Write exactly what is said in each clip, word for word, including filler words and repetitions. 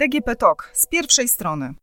D G P Talk z pierwszej strony.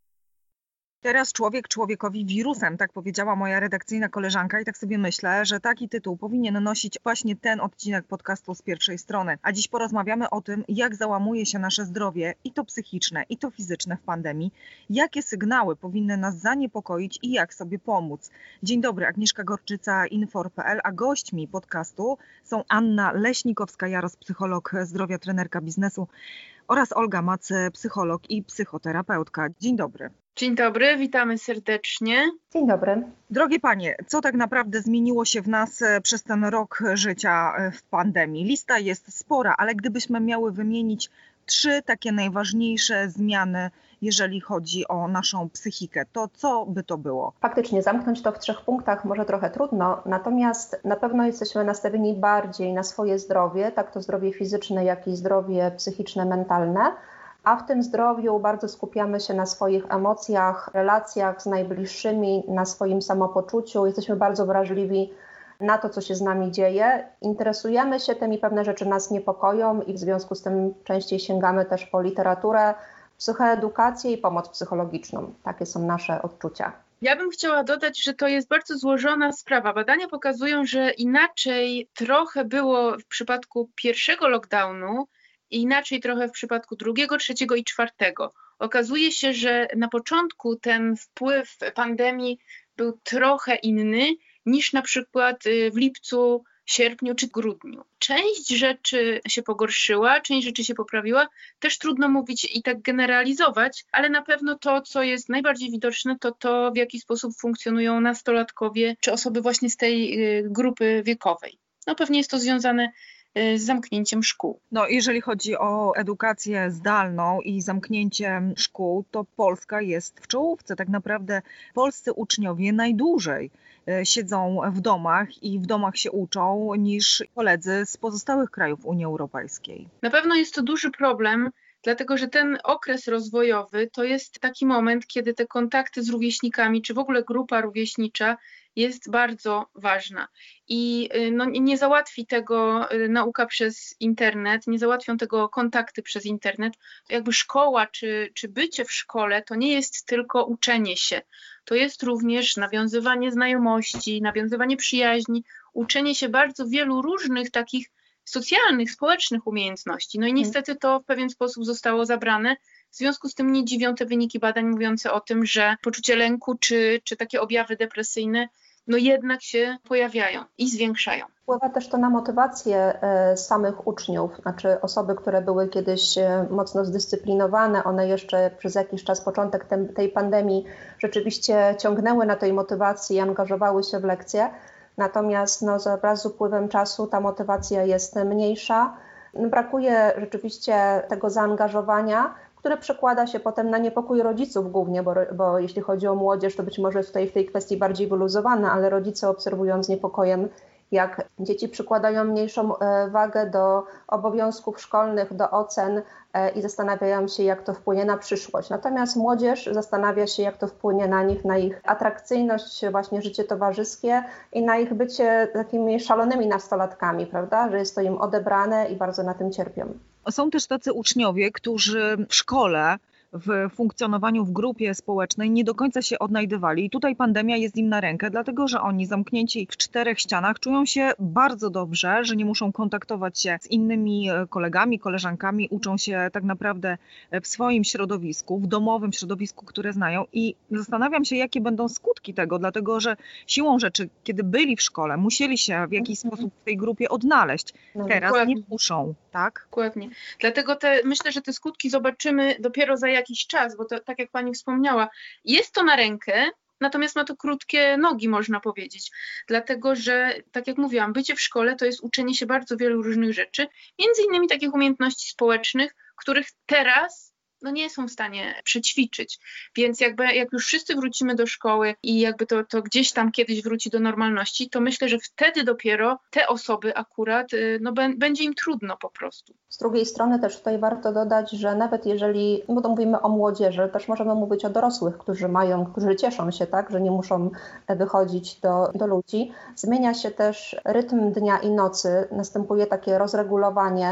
Teraz człowiek człowiekowi wirusem, tak powiedziała moja redakcyjna koleżanka i tak sobie myślę, że taki tytuł powinien nosić właśnie ten odcinek podcastu z pierwszej strony. A dziś porozmawiamy o tym, jak załamuje się nasze zdrowie i to psychiczne, i to fizyczne w pandemii, jakie sygnały powinny nas zaniepokoić i jak sobie pomóc. Dzień dobry, Agnieszka Gorczyca, Infor kropka p l, a gośćmi podcastu są Anna Leśnikowska-Jaros, psycholog zdrowia, trenerka biznesu oraz Olga Mac, psycholog i psychoterapeutka. Dzień dobry. Dzień dobry, witamy serdecznie. Dzień dobry. Drogie panie, co tak naprawdę zmieniło się w nas przez ten rok życia w pandemii? Lista jest spora, ale gdybyśmy miały wymienić trzy takie najważniejsze zmiany, jeżeli chodzi o naszą psychikę, to co by to było? Faktycznie zamknąć to w trzech punktach może trochę trudno, natomiast na pewno jesteśmy nastawieni bardziej na swoje zdrowie, tak to zdrowie fizyczne, jak i zdrowie psychiczne, mentalne. A w tym zdrowiu bardzo skupiamy się na swoich emocjach, relacjach z najbliższymi, na swoim samopoczuciu. Jesteśmy bardzo wrażliwi na to, co się z nami dzieje. Interesujemy się tym i pewne rzeczy nas niepokoją i w związku z tym częściej sięgamy też po literaturę, psychoedukację i pomoc psychologiczną. Takie są nasze odczucia. Ja bym chciała dodać, że to jest bardzo złożona sprawa. Badania pokazują, że inaczej trochę było w przypadku pierwszego lockdownu, i inaczej trochę w przypadku drugiego, trzeciego i czwartego. Okazuje się, że na początku ten wpływ pandemii był trochę inny niż na przykład w lipcu, sierpniu czy grudniu. Część rzeczy się pogorszyła, część rzeczy się poprawiła. Też trudno mówić i tak generalizować, ale na pewno to, co jest najbardziej widoczne, to to, w jaki sposób funkcjonują nastolatkowie czy osoby właśnie z tej grupy wiekowej. No pewnie jest to związane z zamknięciem szkół. No, jeżeli chodzi o edukację zdalną i zamknięcie szkół, to Polska jest w czołówce. Tak naprawdę polscy uczniowie najdłużej siedzą w domach i w domach się uczą niż koledzy z pozostałych krajów Unii Europejskiej. Na pewno jest to duży problem, dlatego że ten okres rozwojowy to jest taki moment, kiedy te kontakty z rówieśnikami, czy w ogóle grupa rówieśnicza jest bardzo ważna. I no, nie załatwi tego nauka przez internet, nie załatwią tego kontakty przez internet. Jakby szkoła czy, czy bycie w szkole to nie jest tylko uczenie się. To jest również nawiązywanie znajomości, nawiązywanie przyjaźni, uczenie się bardzo wielu różnych takich socjalnych, społecznych umiejętności. No i niestety to w pewien sposób zostało zabrane. W związku z tym nie dziwią te wyniki badań mówiące o tym, że poczucie lęku czy, czy takie objawy depresyjne no jednak się pojawiają i zwiększają. Wpływa też to na motywację samych uczniów, znaczy osoby, które były kiedyś mocno zdyscyplinowane, one jeszcze przez jakiś czas, początek tej pandemii rzeczywiście ciągnęły na tej motywacji i angażowały się w lekcje. Natomiast no, wraz z upływem czasu ta motywacja jest mniejsza. Brakuje rzeczywiście tego zaangażowania, które przekłada się potem na niepokój rodziców głównie, bo, bo jeśli chodzi o młodzież, to być może tutaj w tej kwestii bardziej wyluzowane, ale rodzice obserwują z niepokojem, jak dzieci przykładają mniejszą wagę do obowiązków szkolnych, do ocen i zastanawiają się, jak to wpłynie na przyszłość. Natomiast młodzież zastanawia się, jak to wpłynie na nich, na ich atrakcyjność, właśnie życie towarzyskie i na ich bycie takimi szalonymi nastolatkami, prawda, że jest to im odebrane i bardzo na tym cierpią. Są też tacy uczniowie, którzy w szkole, w funkcjonowaniu w grupie społecznej nie do końca się odnajdywali i tutaj pandemia jest im na rękę, dlatego że oni zamknięci w czterech ścianach czują się bardzo dobrze, że nie muszą kontaktować się z innymi kolegami, koleżankami, uczą się tak naprawdę w swoim środowisku, w domowym środowisku, które znają i zastanawiam się, jakie będą skutki tego, dlatego że siłą rzeczy, kiedy byli w szkole, musieli się w jakiś sposób w tej grupie odnaleźć. Teraz Dokładnie. nie muszą, tak? Dokładnie. Dlatego te, myślę, że te skutki zobaczymy dopiero za jakiś czas, bo to, tak jak pani wspomniała, jest to na rękę, natomiast ma to krótkie nogi, można powiedzieć. Dlatego, że tak jak mówiłam, bycie w szkole to jest uczenie się bardzo wielu różnych rzeczy, między innymi takich umiejętności społecznych, których teraz no nie są w stanie przećwiczyć. Więc jakby jak już wszyscy wrócimy do szkoły i jakby to, to gdzieś tam kiedyś wróci do normalności, to myślę, że wtedy dopiero te osoby akurat, no b- będzie im trudno po prostu. Z drugiej strony też tutaj warto dodać, że nawet jeżeli, bo to mówimy o młodzieży, też możemy mówić o dorosłych, którzy mają, którzy cieszą się, tak, że nie muszą wychodzić do, do ludzi. Zmienia się też rytm dnia i nocy, następuje takie rozregulowanie.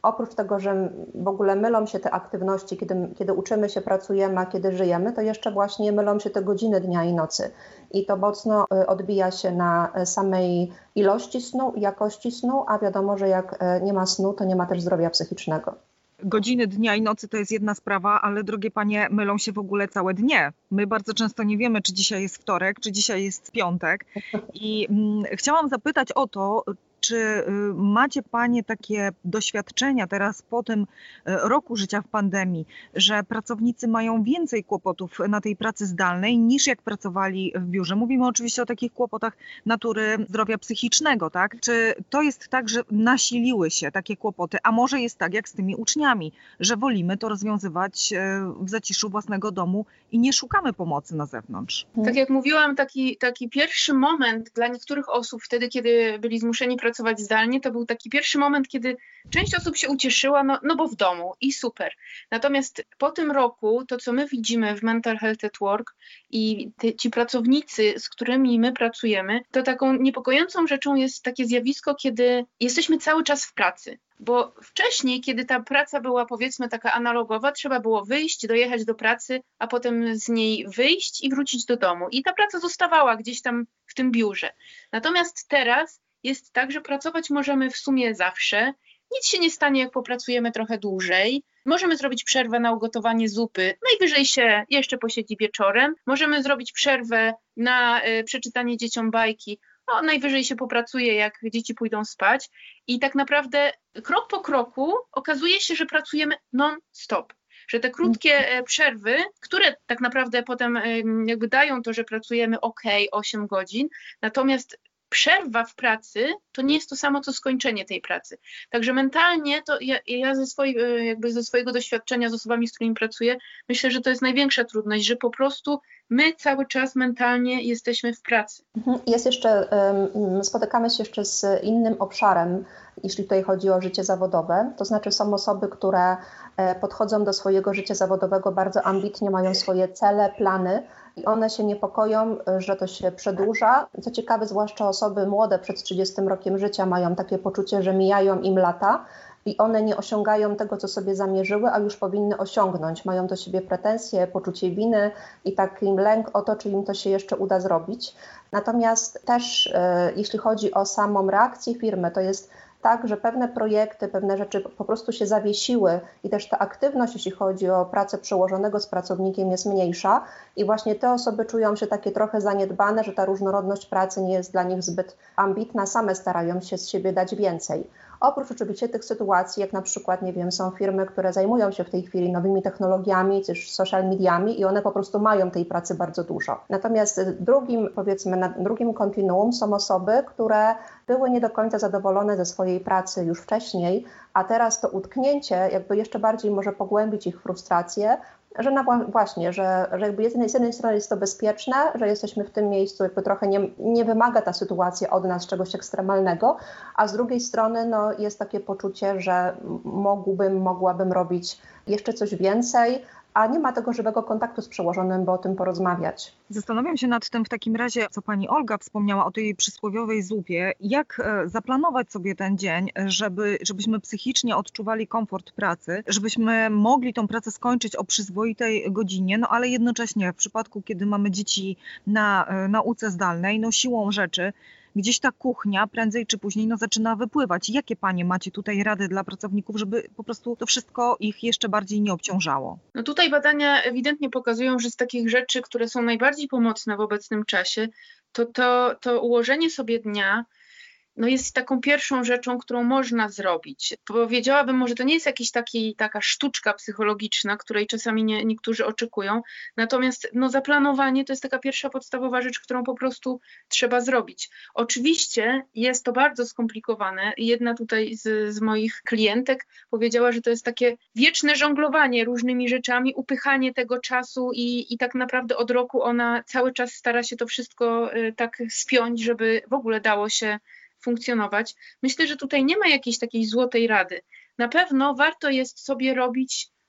Oprócz tego, że w ogóle mylą się te aktywności, kiedy, kiedy uczymy się, pracujemy, a kiedy żyjemy, to jeszcze właśnie mylą się te godziny dnia i nocy. I to mocno odbija się na samej ilości snu i jakości snu, a wiadomo, że jak nie ma snu, to nie ma też zdrowia psychicznego. Godziny dnia i nocy to jest jedna sprawa, ale drogie panie, mylą się w ogóle całe dnie. My bardzo często nie wiemy, czy dzisiaj jest wtorek, czy dzisiaj jest piątek. I mm, chciałam zapytać o to, czy macie panie takie doświadczenia teraz po tym roku życia w pandemii, że pracownicy mają więcej kłopotów na tej pracy zdalnej niż jak pracowali w biurze? Mówimy oczywiście o takich kłopotach natury zdrowia psychicznego, tak? Czy to jest tak, że nasiliły się takie kłopoty, a może jest tak jak z tymi uczniami, że wolimy to rozwiązywać w zaciszu własnego domu i nie szukamy pomocy na zewnątrz? Tak jak mówiłam, taki, taki pierwszy moment dla niektórych osób wtedy, kiedy byli zmuszeni pracować zdalnie, to był taki pierwszy moment, kiedy część osób się ucieszyła, no, no bo w domu i super. Natomiast po tym roku, to co my widzimy w Mental Health at Work i te, ci pracownicy, z którymi my pracujemy, to taką niepokojącą rzeczą jest takie zjawisko, kiedy jesteśmy cały czas w pracy. Bo wcześniej, kiedy ta praca była powiedzmy taka analogowa, trzeba było wyjść, dojechać do pracy, a potem z niej wyjść i wrócić do domu. I ta praca zostawała gdzieś tam w tym biurze. Natomiast teraz jest tak, że pracować możemy w sumie zawsze. Nic się nie stanie, jak popracujemy trochę dłużej. Możemy zrobić przerwę na ugotowanie zupy, najwyżej się jeszcze posiedzi wieczorem. Możemy zrobić przerwę na y, przeczytanie dzieciom bajki. No, najwyżej się popracuje, jak dzieci pójdą spać. I tak naprawdę krok po kroku okazuje się, że pracujemy non-stop. Że te krótkie przerwy, które tak naprawdę potem jakby dają to, że pracujemy ok, osiem godzin, natomiast przerwa w pracy to nie jest to samo, co skończenie tej pracy. Także mentalnie to ja, ja ze, swojej, jakby ze swojego doświadczenia z osobami, z którymi pracuję, myślę, że to jest największa trudność, że po prostu my cały czas mentalnie jesteśmy w pracy. Jest jeszcze, spotykamy się jeszcze z innym obszarem, jeśli tutaj chodzi o życie zawodowe, to znaczy są osoby, które podchodzą do swojego życia zawodowego bardzo ambitnie, mają swoje cele, plany i one się niepokoją, że to się przedłuża. Co ciekawe, zwłaszcza osoby młode przed trzydziestym rokiem życia mają takie poczucie, że mijają im lata i one nie osiągają tego, co sobie zamierzyły, a już powinny osiągnąć. Mają do siebie pretensje, poczucie winy i taki lęk o to, czy im to się jeszcze uda zrobić. Natomiast też e, jeśli chodzi o samą reakcję firmy, to jest tak, że pewne projekty, pewne rzeczy po prostu się zawiesiły i też ta aktywność, jeśli chodzi o pracę przełożonego z pracownikiem, jest mniejsza i właśnie te osoby czują się takie trochę zaniedbane, że ta różnorodność pracy nie jest dla nich zbyt ambitna, same starają się z siebie dać więcej. Oprócz oczywiście tych sytuacji, jak na przykład, nie wiem, są firmy, które zajmują się w tej chwili nowymi technologiami, też social mediami i one po prostu mają tej pracy bardzo dużo. Natomiast drugim, powiedzmy, na drugim kontinuum są osoby, które były nie do końca zadowolone ze swojej pracy już wcześniej, a teraz to utknięcie jakby jeszcze bardziej może pogłębić ich frustrację, że no właśnie, że, że jakby z jednej, z jednej strony jest to bezpieczne, że jesteśmy w tym miejscu, jakby trochę nie, nie wymaga ta sytuacja od nas czegoś ekstremalnego, a z drugiej strony no, jest takie poczucie, że mógłbym, mogłabym robić jeszcze coś więcej, a nie ma tego żywego kontaktu z przełożonym, by o tym porozmawiać. Zastanawiam się nad tym w takim razie, co pani Olga wspomniała o tej przysłowiowej zupie. Jak zaplanować sobie ten dzień, żeby, żebyśmy psychicznie odczuwali komfort pracy, żebyśmy mogli tą pracę skończyć o przyzwoitej godzinie, no ale jednocześnie w przypadku, kiedy mamy dzieci na nauce zdalnej, no siłą rzeczy, gdzieś ta kuchnia prędzej czy później no, zaczyna wypływać. Jakie panie macie tutaj rady dla pracowników, żeby po prostu to wszystko ich jeszcze bardziej nie obciążało? No tutaj badania ewidentnie pokazują, że z takich rzeczy, które są najbardziej pomocne w obecnym czasie, to to, to ułożenie sobie dnia no jest taką pierwszą rzeczą, którą można zrobić. Powiedziałabym, może to nie jest jakaś taki, taka sztuczka psychologiczna, której czasami nie, niektórzy oczekują, natomiast no, zaplanowanie to jest taka pierwsza podstawowa rzecz, którą po prostu trzeba zrobić. Oczywiście jest to bardzo skomplikowane. Jedna tutaj z, z moich klientek powiedziała, że to jest takie wieczne żonglowanie różnymi rzeczami, upychanie tego czasu i, i tak naprawdę od roku ona cały czas stara się to wszystko y, tak spiąć, żeby w ogóle dało się funkcjonować. Myślę, że tutaj nie ma jakiejś takiej złotej rady. Na pewno warto jest sobie robić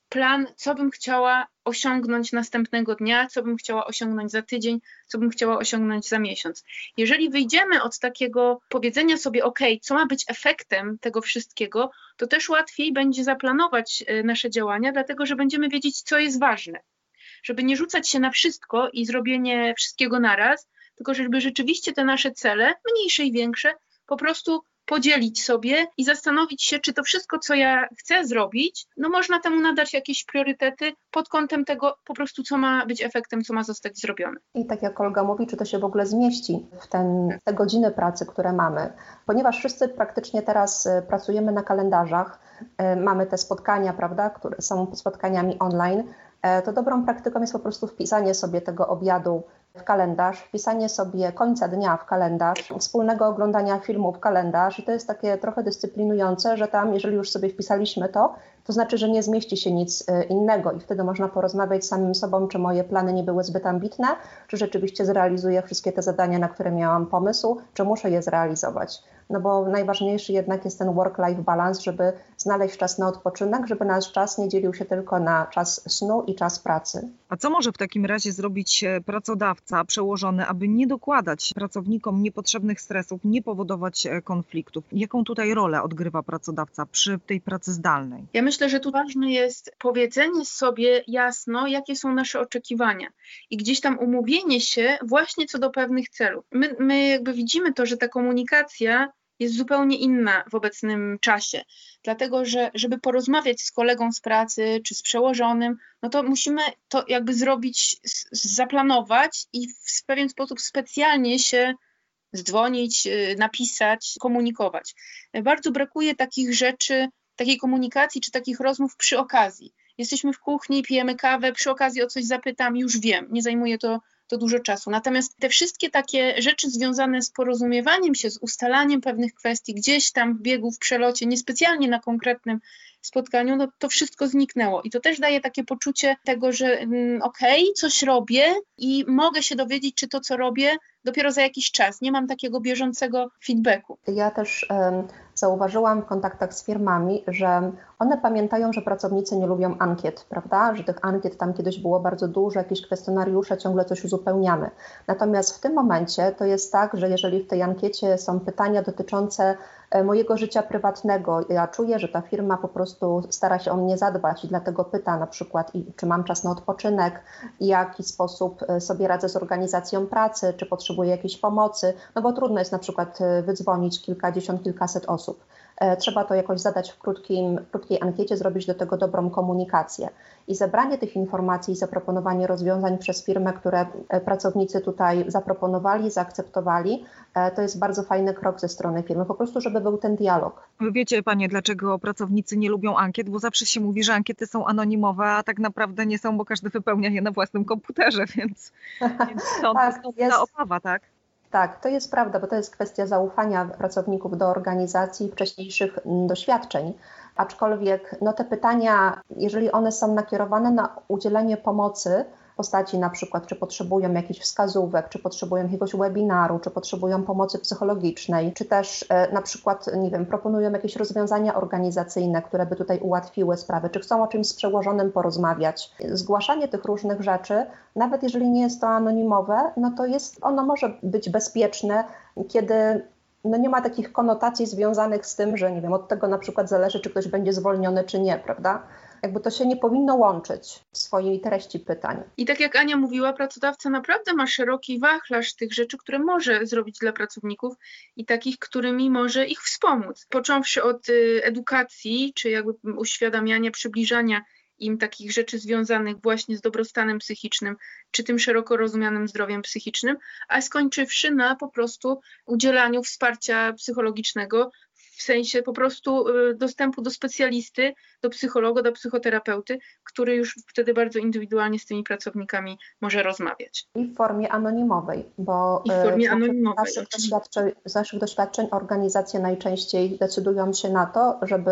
plan, co bym chciała osiągnąć następnego dnia, co bym chciała osiągnąć za tydzień, co bym chciała osiągnąć za miesiąc. Jeżeli wyjdziemy od takiego powiedzenia sobie, ok, co ma być efektem tego wszystkiego, to też łatwiej będzie zaplanować nasze działania, dlatego że będziemy wiedzieć, co jest ważne. Żeby nie rzucać się na wszystko i zrobienie wszystkiego naraz, tylko żeby rzeczywiście te nasze cele, mniejsze i większe, po prostu podzielić sobie i zastanowić się, czy to wszystko, co ja chcę zrobić, no można temu nadać jakieś priorytety pod kątem tego po prostu, co ma być efektem, co ma zostać zrobione. I tak jak Olga mówi, czy to się w ogóle zmieści w ten, te godziny pracy, które mamy, ponieważ wszyscy praktycznie teraz pracujemy na kalendarzach, mamy te spotkania, prawda, które są spotkaniami online, to dobrą praktyką jest po prostu wpisanie sobie tego obiadu w kalendarz, wpisanie sobie końca dnia w kalendarz, wspólnego oglądania filmu w kalendarz i to jest takie trochę dyscyplinujące, że tam, jeżeli już sobie wpisaliśmy to, to znaczy, że nie zmieści się nic innego i wtedy można porozmawiać z samym sobą, czy moje plany nie były zbyt ambitne, czy rzeczywiście zrealizuję wszystkie te zadania, na które miałam pomysł, czy muszę je zrealizować. No bo najważniejszy jednak jest ten work-life balance, żeby znaleźć czas na odpoczynek, żeby nasz czas nie dzielił się tylko na czas snu i czas pracy. A co może w takim razie zrobić pracodawca przełożony, aby nie dokładać pracownikom niepotrzebnych stresów, nie powodować konfliktów? Jaką tutaj rolę odgrywa pracodawca przy tej pracy zdalnej? Ja myślę, że tu ważne jest powiedzenie sobie jasno, jakie są nasze oczekiwania i gdzieś tam umówienie się właśnie co do pewnych celów. My, my jakby widzimy to, że ta komunikacja jest zupełnie inna w obecnym czasie, dlatego że żeby porozmawiać z kolegą z pracy czy z przełożonym, no to musimy to jakby zrobić, zaplanować i w pewien sposób specjalnie się zdzwonić, napisać, komunikować. Bardzo brakuje takich rzeczy, takiej komunikacji czy takich rozmów przy okazji. Jesteśmy w kuchni, pijemy kawę, przy okazji o coś zapytam, już wiem, nie zajmuje to to dużo czasu. Natomiast te wszystkie takie rzeczy związane z porozumiewaniem się, z ustalaniem pewnych kwestii gdzieś tam w biegu, w przelocie, niespecjalnie na konkretnym spotkaniu, no to wszystko zniknęło. I to też daje takie poczucie tego, że mm, okej, okay, coś robię i mogę się dowiedzieć, czy to, co robię, dopiero za jakiś czas. Nie mam takiego bieżącego feedbacku. Ja też um, zauważyłam w kontaktach z firmami, że one pamiętają, że pracownicy nie lubią ankiet, prawda? Że tych ankiet tam kiedyś było bardzo dużo, jakieś kwestionariusze, ciągle coś uzupełniamy. Natomiast w tym momencie to jest tak, że jeżeli w tej ankiecie są pytania dotyczące mojego życia prywatnego, ja czuję, że ta firma po prostu stara się o mnie zadbać i dlatego pyta na przykład, czy mam czas na odpoczynek, w jaki sposób sobie radzę z organizacją pracy, czy potrzebuję jakiejś pomocy, no bo trudno jest na przykład wydzwonić kilkadziesiąt, kilkaset osób. Trzeba to jakoś zadać w krótkim, krótkiej ankiecie, zrobić do tego dobrą komunikację. I zebranie tych informacji i zaproponowanie rozwiązań przez firmę, które pracownicy tutaj zaproponowali, zaakceptowali, to jest bardzo fajny krok ze strony firmy, po prostu, żeby był ten dialog. Wiecie Panie, dlaczego pracownicy nie lubią ankiet? Bo zawsze się mówi, że ankiety są anonimowe, a tak naprawdę nie są, bo każdy wypełnia je na własnym komputerze, więc, więc to tak, jest ta obawa, tak? Tak, to jest prawda, bo to jest kwestia zaufania pracowników do organizacji i wcześniejszych doświadczeń. Aczkolwiek no, te pytania, jeżeli one są nakierowane na udzielenie pomocy w postaci na przykład, czy potrzebują jakichś wskazówek, czy potrzebują jakiegoś webinaru, czy potrzebują pomocy psychologicznej, czy też e, na przykład, nie wiem, proponują jakieś rozwiązania organizacyjne, które by tutaj ułatwiły sprawę, czy chcą o czymś z przełożonym porozmawiać. Zgłaszanie tych różnych rzeczy, nawet jeżeli nie jest to anonimowe, no to jest, ono może być bezpieczne, kiedy no nie ma takich konotacji związanych z tym, że nie wiem, od tego na przykład zależy, czy ktoś będzie zwolniony, czy nie, prawda? Jakby to się nie powinno łączyć w swojej treści pytań. I tak jak Ania mówiła, pracodawca naprawdę ma szeroki wachlarz tych rzeczy, które może zrobić dla pracowników i takich, którymi może ich wspomóc. Począwszy od edukacji, czy jakby uświadamiania, przybliżania im takich rzeczy związanych właśnie z dobrostanem psychicznym, czy tym szeroko rozumianym zdrowiem psychicznym, a skończywszy na po prostu udzielaniu wsparcia psychologicznego, w sensie po prostu dostępu do specjalisty, do psychologa, do psychoterapeuty, który już wtedy bardzo indywidualnie z tymi pracownikami może rozmawiać. I w formie anonimowej, bo I w formie anonimowej. Z naszych, doświadczeń, z naszych doświadczeń organizacje najczęściej decydują się na to, żeby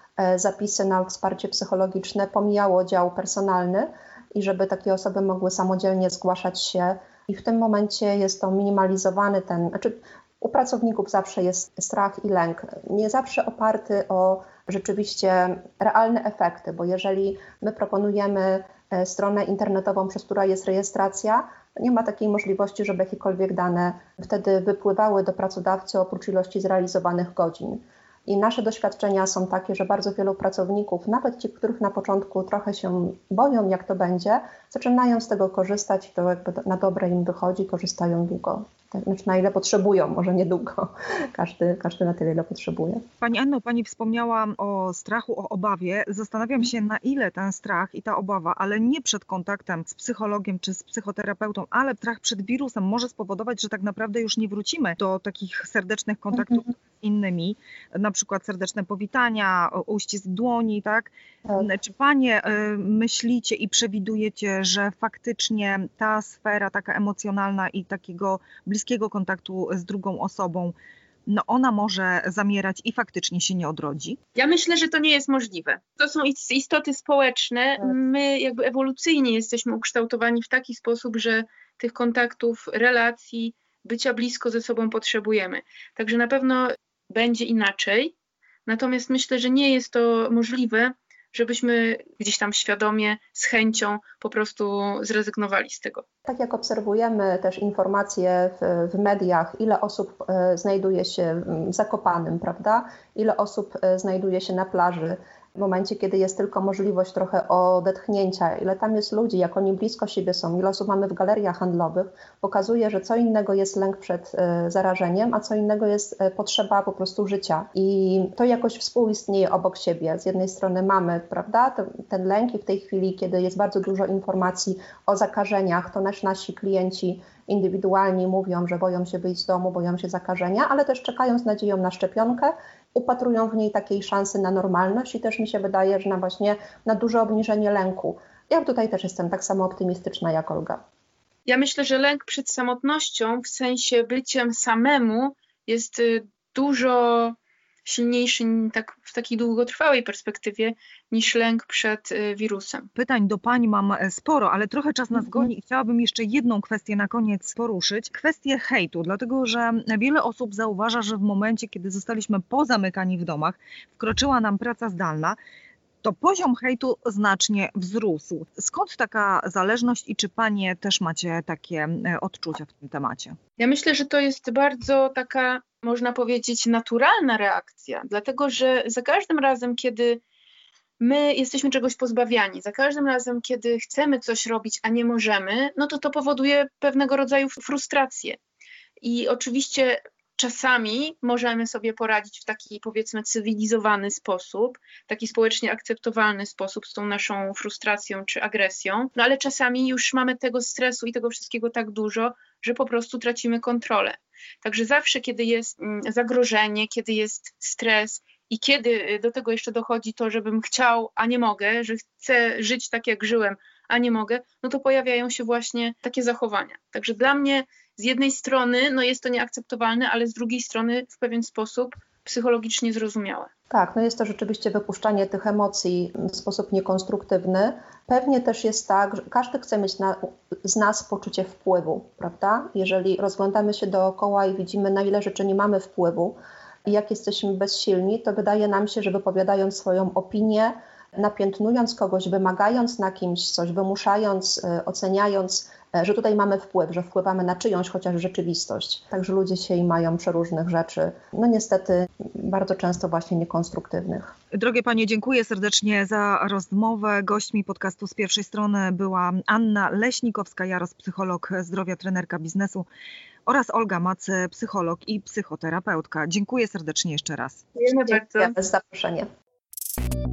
zapisy na wsparcie psychologiczne pomijało dział personalny i żeby takie osoby mogły samodzielnie zgłaszać się i w tym momencie jest to minimalizowany ten, znaczy U pracowników zawsze jest strach i lęk, nie zawsze oparty o rzeczywiście realne efekty, bo jeżeli my proponujemy stronę internetową, przez którą jest rejestracja, nie ma takiej możliwości, żeby jakiekolwiek dane wtedy wypływały do pracodawcy oprócz ilości zrealizowanych godzin. I nasze doświadczenia są takie, że bardzo wielu pracowników, nawet ci, których na początku trochę się boją, jak to będzie, zaczynają z tego korzystać i to jakby na dobre im wychodzi, korzystają długo. Znaczy na ile potrzebują, może niedługo. Każdy, każdy na tyle, ile potrzebuje. Pani Anno, Pani wspomniała o strachu, o obawie. Zastanawiam się, na ile ten strach i ta obawa, ale nie przed kontaktem z psychologiem czy z psychoterapeutą, ale strach przed wirusem może spowodować, że tak naprawdę już nie wrócimy do takich serdecznych kontaktów mhm. z innymi, na przykład serdeczne powitania, uścisk dłoni, tak? tak? Czy Panie myślicie i przewidujecie, że faktycznie ta sfera taka emocjonalna i takiego bliskiego kontaktu z drugą osobą, no ona może zamierać i faktycznie się nie odrodzi? Ja myślę, że to nie jest możliwe. To są istoty społeczne. My jakby ewolucyjnie jesteśmy ukształtowani w taki sposób, że tych kontaktów, relacji, bycia blisko ze sobą potrzebujemy. Także na pewno będzie inaczej. Natomiast myślę, że nie jest to możliwe, żebyśmy gdzieś tam świadomie, z chęcią po prostu zrezygnowali z tego. Tak jak obserwujemy też informacje w, w mediach, ile osób e, znajduje się w Zakopanem, prawda? Ile osób e, znajduje się na plaży w momencie, kiedy jest tylko możliwość trochę odetchnięcia, ile tam jest ludzi, jak oni blisko siebie są, ile osób mamy w galeriach handlowych, pokazuje, że co innego jest lęk przed e, zarażeniem, a co innego jest e, potrzeba po prostu życia. I to jakoś współistnieje obok siebie. Z jednej strony mamy, prawda, ten, ten lęk i w tej chwili, kiedy jest bardzo dużo informacji o zakażeniach, to nasz, nasi klienci indywidualni mówią, że boją się wyjść z domu, boją się zakażenia, ale też czekają z nadzieją na szczepionkę, upatrują w niej takiej szansy na normalność i też mi się wydaje, że na właśnie na duże obniżenie lęku. Ja tutaj też jestem tak samo optymistyczna jak Olga. Ja myślę, że lęk przed samotnością w sensie byciem samemu jest dużo silniejszy tak, w takiej długotrwałej perspektywie niż lęk przed wirusem. Pytań do Pań mam sporo, ale trochę czas nas goni i chciałabym jeszcze jedną kwestię na koniec poruszyć. Kwestię hejtu, dlatego że wiele osób zauważa, że w momencie, kiedy zostaliśmy pozamykani w domach, wkroczyła nam praca zdalna, to poziom hejtu znacznie wzrósł. Skąd taka zależność i czy Panie też macie takie odczucia w tym temacie? Ja myślę, że to jest bardzo taka, można powiedzieć, naturalna reakcja, dlatego że za każdym razem, kiedy my jesteśmy czegoś pozbawiani, za każdym razem, kiedy chcemy coś robić, a nie możemy, no to to powoduje pewnego rodzaju frustrację. I oczywiście czasami możemy sobie poradzić w taki, powiedzmy, cywilizowany sposób, taki społecznie akceptowalny sposób z tą naszą frustracją czy agresją, no ale czasami już mamy tego stresu i tego wszystkiego tak dużo, że po prostu tracimy kontrolę. Także zawsze, kiedy jest zagrożenie, kiedy jest stres i kiedy do tego jeszcze dochodzi to, żebym chciał, a nie mogę, że chcę żyć tak, jak żyłem, a nie mogę, no to pojawiają się właśnie takie zachowania. Także dla mnie z jednej strony no jest to nieakceptowalne, ale z drugiej strony w pewien sposób psychologicznie zrozumiałe. Tak, no jest to rzeczywiście wypuszczanie tych emocji w sposób niekonstruktywny. Pewnie też jest tak, że każdy chce mieć na, z nas poczucie wpływu, prawda? Jeżeli rozglądamy się dookoła i widzimy, na ile rzeczy nie mamy wpływu i jak jesteśmy bezsilni, to wydaje nam się, że wypowiadając swoją opinię, napiętnując kogoś, wymagając na kimś coś, wymuszając, oceniając, że tutaj mamy wpływ, że wpływamy na czyjąś chociaż rzeczywistość. Także ludzie się i mają przeróżnych rzeczy, no niestety bardzo często właśnie niekonstruktywnych. Drogie Panie, dziękuję serdecznie za rozmowę. Gośćmi podcastu Z Pierwszej Strony była Anna Leśnikowska-Jaros, psycholog zdrowia, trenerka biznesu oraz Olga Mac, psycholog i psychoterapeutka. Dziękuję serdecznie jeszcze raz. Dziękujemy bardzo za zaproszenie.